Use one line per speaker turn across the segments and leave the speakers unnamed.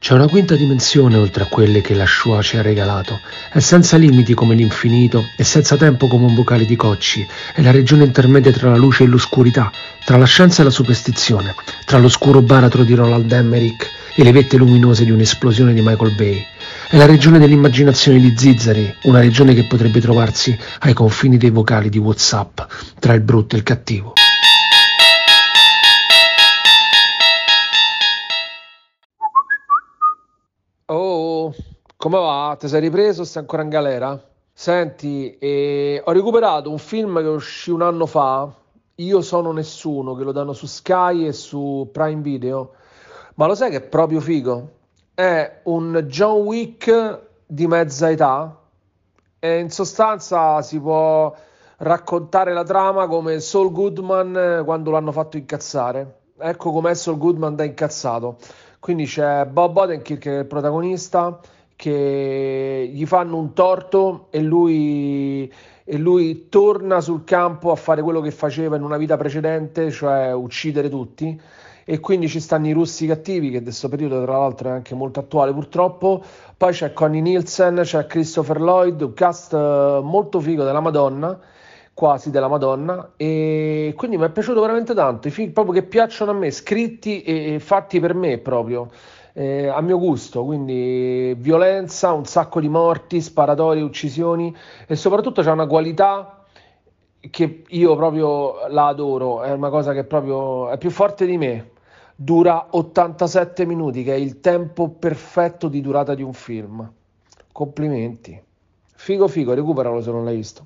C'è una quinta dimensione oltre a quelle che la Shoah ci ha regalato. È senza limiti come l'infinito e senza tempo come un boccale di cocci. È la regione intermedia tra la luce e l'oscurità, tra la scienza e la superstizione, tra l'oscuro baratro di Roland Emmerich e le vette luminose di un'esplosione di Michael Bay. È la regione dell'immaginazione di Zizzari, una regione che potrebbe trovarsi ai confini dei vocali di WhatsApp, tra il brutto e il cattivo.
Oh, come va? Ti sei ripreso o stai ancora in galera? Senti, ho recuperato un film che uscì un anno fa, Io sono nessuno, che lo danno su Sky e su Prime Video, ma lo sai che è proprio figo? È un John Wick di mezza età e in sostanza si può raccontare la trama come Saul Goodman quando l'hanno fatto incazzare. Ecco com'è Saul Goodman da incazzato. Quindi c'è Bob Odenkirk che è il protagonista, che gli fanno un torto e lui torna sul campo a fare quello che faceva in una vita precedente, cioè uccidere tutti. E quindi ci stanno i russi cattivi, che in questo periodo tra l'altro è anche molto attuale purtroppo. Poi c'è Connie Nielsen, c'è Christopher Lloyd, un cast molto figo della Madonna, quasi della Madonna, e quindi mi è piaciuto veramente tanto, i film proprio che piacciono a me, scritti e fatti per me proprio, a mio gusto, quindi violenza, un sacco di morti, sparatorie, uccisioni e soprattutto c'è una qualità che io proprio la adoro, è una cosa che proprio è più forte di me. Dura 87 minuti, che è il tempo perfetto di durata di un film. Complimenti. Figo figo, recuperalo se non l'hai visto.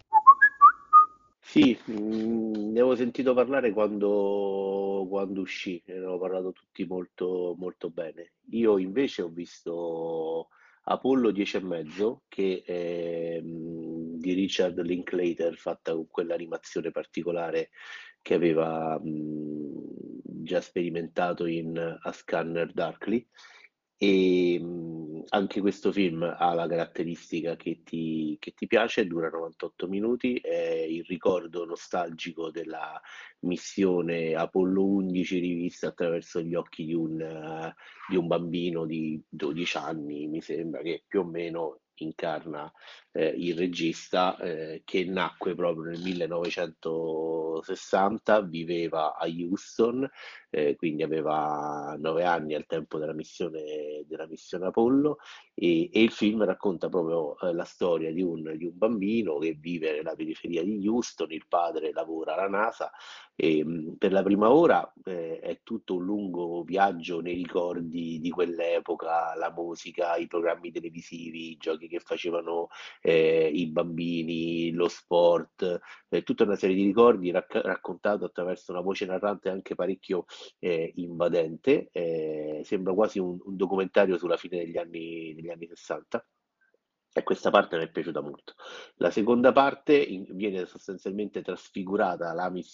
Sì, ne avevo sentito parlare quando uscì, ne avevo parlato tutti molto, molto bene. Io invece ho visto Apollo 10 e mezzo, che è di Richard Linklater, fatta con quell'animazione particolare che aveva già sperimentato in A Scanner Darkly. E anche questo film ha la caratteristica che ti piace, dura 98 minuti, è il ricordo nostalgico della missione Apollo 11 rivista attraverso gli occhi di un bambino di 12 anni, mi sembra che più o meno incarna il regista che nacque proprio nel 1960, viveva a Houston, quindi aveva 9 anni al tempo della missione Apollo e il film racconta proprio la storia di un bambino che vive nella periferia di Houston, il padre lavora alla NASA e per la prima ora è tutto un lungo viaggio nei ricordi di quell'epoca, la musica, i programmi televisivi, i giochi che facevano i bambini, lo sport, tutta una serie di ricordi raccontato attraverso una voce narrante anche parecchio invadente, sembra quasi un documentario sulla fine degli anni 60. E questa parte mi è piaciuta molto. La seconda parte viene sostanzialmente trasfigurata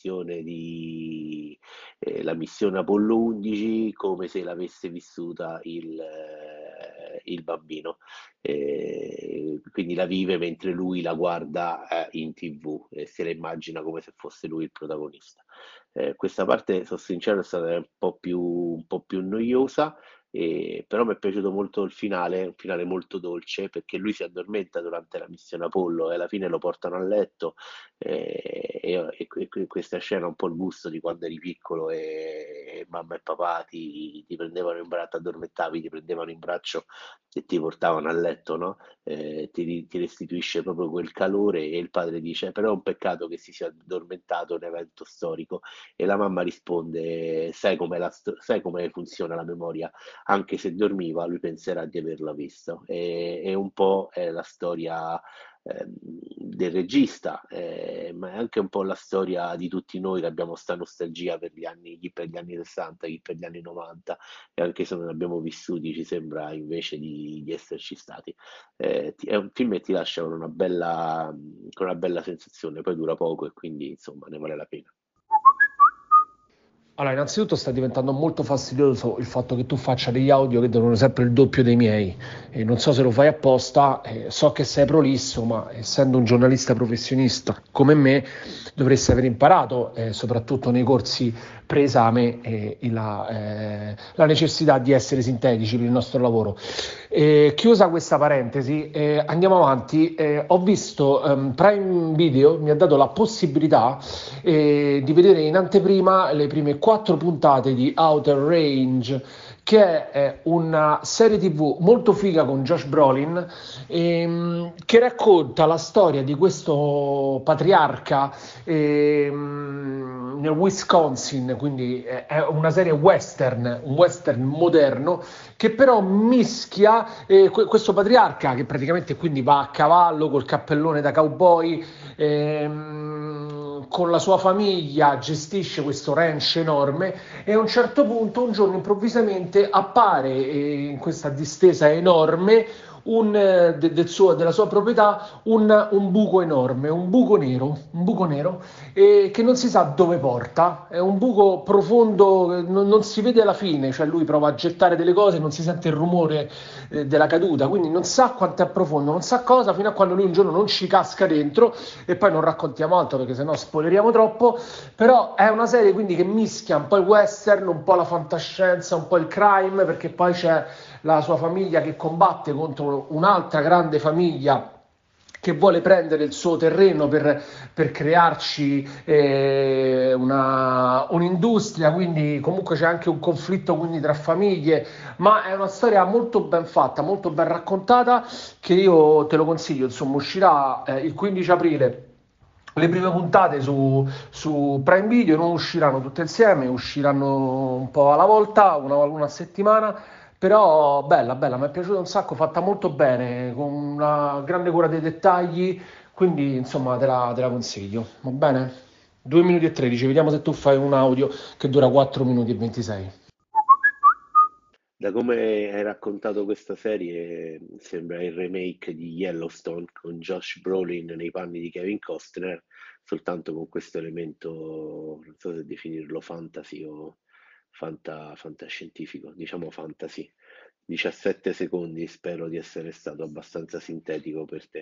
la missione Apollo 11 come se l'avesse vissuta il bambino. Quindi la vive mentre lui la guarda in TV e se la immagina come se fosse lui il protagonista. Questa parte, sono sincero, è stata un po' più noiosa, però mi è piaciuto molto il finale, un finale molto dolce, perché lui si addormenta durante la missione Apollo e alla fine lo portano a letto questa scena ha un po' il gusto di quando eri piccolo e mamma e papà ti prendevano in braccio, ti addormentavi, ti prendevano in braccio e ti portavano a letto, no? Ti restituisce proprio quel calore e il padre dice, però è un peccato che si sia addormentato un evento storico e la mamma risponde, sai come funziona la memoria? Anche se dormiva, lui penserà di averla visto. E un po' è la storia del regista, ma è anche un po' la storia di tutti noi che abbiamo sta nostalgia per gli anni, chi per gli anni 60, chi per gli anni 90, e anche se non li abbiamo vissuti, ci sembra invece di esserci stati. È un film che ti lascia con una bella sensazione, poi dura poco e quindi insomma ne vale la pena.
Allora, innanzitutto sta diventando molto fastidioso il fatto che tu faccia degli audio che devono sempre il doppio dei miei, e non so se lo fai apposta, so che sei prolisso, ma essendo un giornalista professionista come me dovresti aver imparato, soprattutto nei corsi preesame, la necessità di essere sintetici per il nostro lavoro. Chiusa questa parentesi, andiamo avanti. Ho visto Prime Video mi ha dato la possibilità di vedere in anteprima le prime 4 puntate di Outer Range, che è una serie TV molto figa con Josh Brolin, che racconta la storia di questo patriarca nel Wisconsin, quindi è una serie western, un western moderno, che però mischia questo patriarca che praticamente quindi va a cavallo col cappellone da cowboy, con la sua famiglia gestisce questo ranch enorme, e a un certo punto un giorno improvvisamente appare in questa distesa enorme della sua proprietà un buco enorme, un buco nero che non si sa dove porta, è un buco profondo, non si vede la fine, cioè lui prova a gettare delle cose, non si sente il rumore della caduta, quindi non sa quanto è profondo, non sa cosa, fino a quando lui un giorno non ci casca dentro, e poi non raccontiamo altro perché sennò spoileriamo troppo. Però è una serie quindi che mischia un po' il western, un po' la fantascienza, un po' il crime, perché poi c'è la sua famiglia che combatte contro un'altra grande famiglia che vuole prendere il suo terreno per crearci un'industria, quindi comunque c'è anche un conflitto quindi tra famiglie, ma è una storia molto ben fatta, molto ben raccontata, che io te lo consiglio. Insomma, uscirà il 15 aprile. Le prime puntate su Prime Video non usciranno tutte insieme, usciranno un po' alla volta, una a settimana, però bella, bella, mi è piaciuta un sacco, fatta molto bene, con una grande cura dei dettagli, quindi insomma te la consiglio, va bene? 2 minuti e 13, vediamo se tu fai un audio che dura 4 minuti e 26.
Da come hai raccontato questa serie, sembra il remake di Yellowstone con Josh Brolin nei panni di Kevin Costner, soltanto con questo elemento, non so se definirlo fantasy o fantascientifico, diciamo fantasy. 17 secondi, spero di essere stato abbastanza sintetico per te.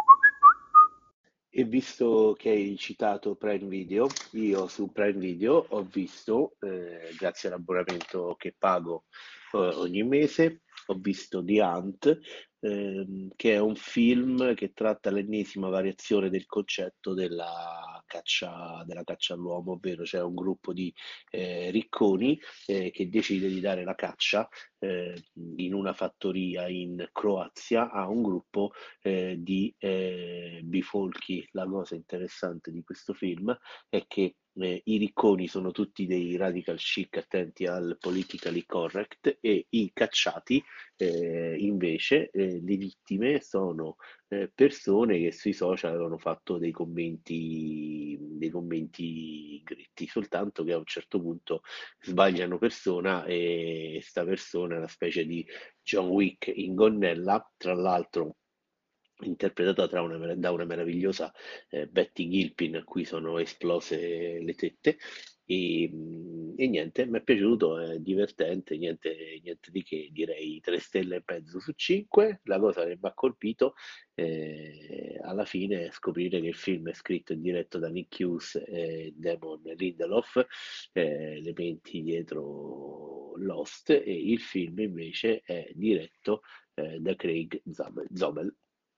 E visto che hai citato Prime Video, io su Prime Video ho visto, grazie all'abbonamento che pago ogni mese, ho visto The Hunt, che è un film che tratta l'ennesima variazione del concetto della caccia all'uomo, ovvero c'è un gruppo di ricconi che decide di dare la caccia in una fattoria in Croazia a un gruppo di bifolchi. La cosa interessante di questo film è che i ricconi sono tutti dei radical chic attenti al politically correct, e i cacciati invece, le vittime sono persone che sui social avevano fatto dei commenti gritti, soltanto che a un certo punto sbagliano persona, e sta persona è una specie di John Wick in gonnella, tra l'altro interpretata da una meravigliosa Betty Gilpin, a cui sono esplose le tette. E niente, mi è piaciuto, è divertente, niente di che, direi 3 stelle e mezzo su 5. La cosa che mi ha colpito alla fine è scoprire che il film è scritto e diretto da Nick Hughes e Damon Lindelof, le menti dietro Lost, e il film invece è diretto da Craig Zobel.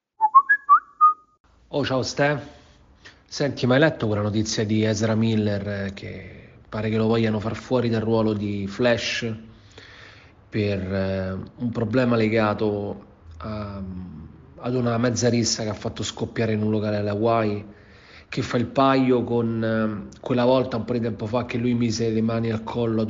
Oh, ciao Ste. Senti, ma hai letto quella notizia di Ezra Miller, che pare che lo vogliano far fuori dal ruolo di Flash per un problema legato ad una mezza rissa che ha fatto scoppiare in un locale alle Hawaii, che fa il paio con quella volta un po' di tempo fa che lui mise le mani al collo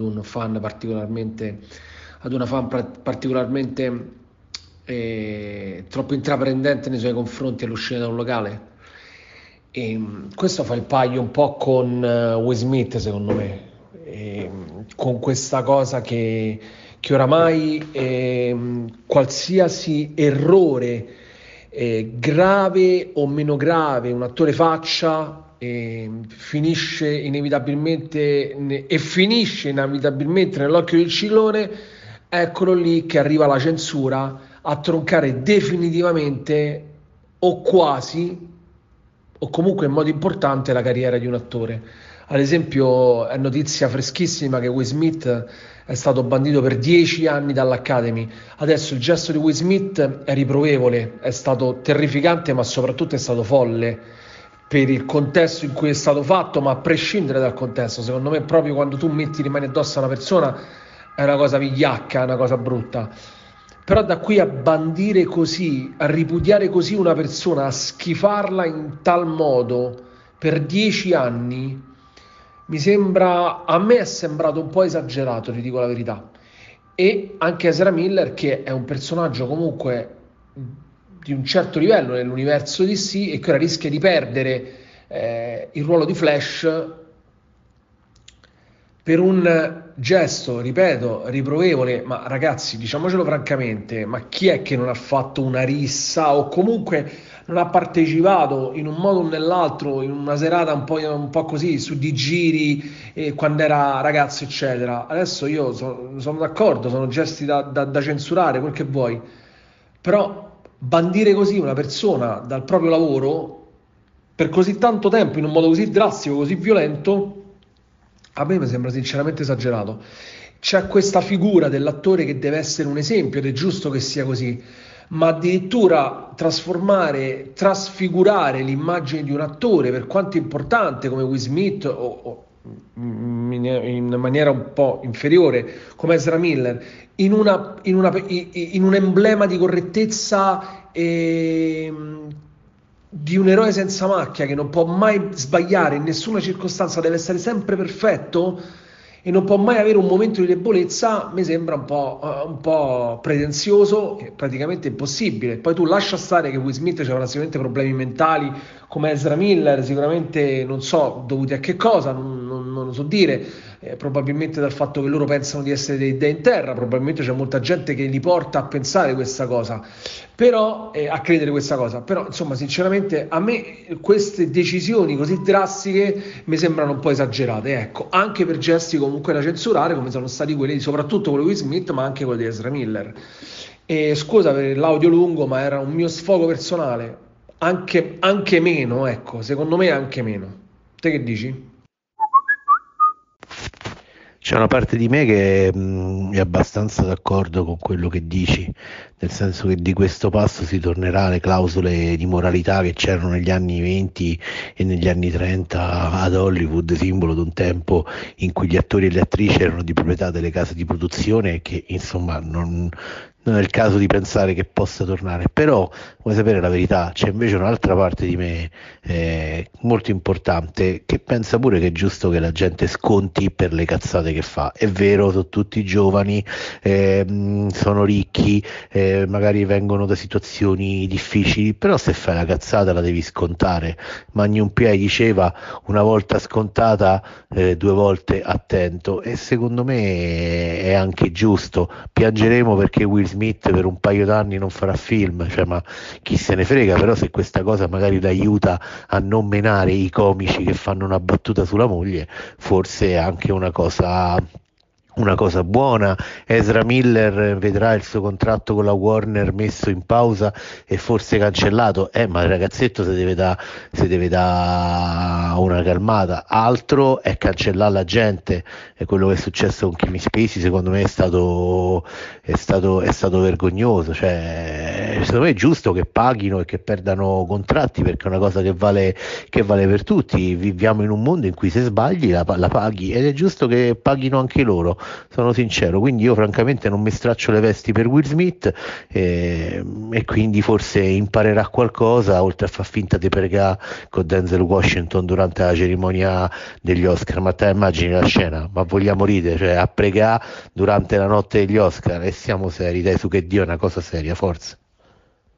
ad una fan particolarmente troppo intraprendente nei suoi confronti all'uscita da un locale. E questo fa il paio un po' con Will Smith, secondo me, con questa cosa che oramai qualsiasi errore grave o meno grave un attore faccia finisce inevitabilmente nell'occhio del ciclone. Eccolo lì che arriva la censura a troncare definitivamente o quasi o comunque in modo importante la carriera di un attore. Ad esempio è notizia freschissima che Will Smith è stato bandito per 10 anni dall'Academy. Adesso il gesto di Will Smith è riprovevole, è stato terrificante, ma soprattutto è stato folle per il contesto in cui è stato fatto, ma a prescindere dal contesto, secondo me proprio quando tu metti le mani addosso a una persona è una cosa vigliacca, è una cosa brutta. Però da qui a bandire così, a ripudiare così una persona, a schifarla in tal modo per 10 anni, a me è sembrato un po' esagerato, ti dico la verità. E anche Ezra Miller, che è un personaggio comunque di un certo livello nell'universo DC e che ora rischia di perdere il ruolo di Flash per un gesto, ripeto, riprovevole. Ma ragazzi, diciamocelo francamente, ma chi è che non ha fatto una rissa o comunque non ha partecipato in un modo o nell'altro in una serata un po' così su di giri quando era ragazzo eccetera? Adesso io sono d'accordo, sono gesti da censurare, quel che vuoi, però bandire così una persona dal proprio lavoro per così tanto tempo in un modo così drastico, così violento, a me mi sembra sinceramente esagerato. C'è questa figura dell'attore che deve essere un esempio ed è giusto che sia così, ma addirittura trasfigurare l'immagine di un attore, per quanto importante come Will Smith o in maniera un po' inferiore come Ezra Miller, in un emblema di correttezza di un eroe senza macchia che non può mai sbagliare in nessuna circostanza, deve essere sempre perfetto e non può mai avere un momento di debolezza, mi sembra un po' pretenzioso e praticamente impossibile. Poi tu lascia stare che Will Smith avrà sicuramente problemi mentali come Ezra Miller, sicuramente non so dovuti a che cosa, non lo so dire, probabilmente dal fatto che loro pensano di essere dei dei in terra, probabilmente c'è molta gente che li porta a pensare questa cosa, però a credere questa cosa, però insomma sinceramente a me queste decisioni così drastiche mi sembrano un po' esagerate, ecco, anche per gesti comunque da censurare come sono stati quelli soprattutto quello di Will Smith ma anche quelli di Ezra Miller. E scusa per l'audio lungo, ma era un mio sfogo personale, anche meno, ecco, secondo me anche meno. Te che dici?
C'è una parte di me che è abbastanza d'accordo con quello che dici, nel senso che di questo passo si tornerà alle clausole di moralità che c'erano negli anni 20 e negli anni 30 ad Hollywood, simbolo di un tempo in cui gli attori e le attrici erano di proprietà delle case di produzione e che insomma non è il caso di pensare che possa tornare. Però vuoi sapere la verità, c'è invece un'altra parte di me molto importante che pensa pure che è giusto che la gente sconti per le cazzate che fa. È vero, sono tutti giovani, sono ricchi, magari vengono da situazioni difficili, però se fai la cazzata la devi scontare. Magnum P.I. diceva una volta scontata, due volte attento, e secondo me è anche giusto. Piangeremo perché Will Smith per un paio d'anni non farà film, cioè, ma chi se ne frega, però se questa cosa magari l'aiuta a non menare i comici che fanno una battuta sulla moglie, forse è anche una cosa buona. Ezra Miller vedrà il suo contratto con la Warner messo in pausa e forse cancellato, ma il ragazzetto si deve da una calmata. Altro è cancellare la gente, è quello che è successo con Kimi Spacey, secondo me è stato vergognoso. Cioè, secondo me è giusto che paghino e che perdano contratti, perché è una cosa che vale per tutti. Viviamo in un mondo in cui se sbagli la paghi, ed è giusto che paghino anche loro, sono sincero. Quindi io francamente non mi straccio le vesti per Will Smith, e quindi forse imparerà qualcosa, oltre a far finta di pregare con Denzel Washington durante la cerimonia degli Oscar. Ma te immagini la scena? Ma vogliamo ridere? Cioè, a pregare durante la notte degli Oscar? E siamo seri, dai, su, che Dio è una cosa seria, forza.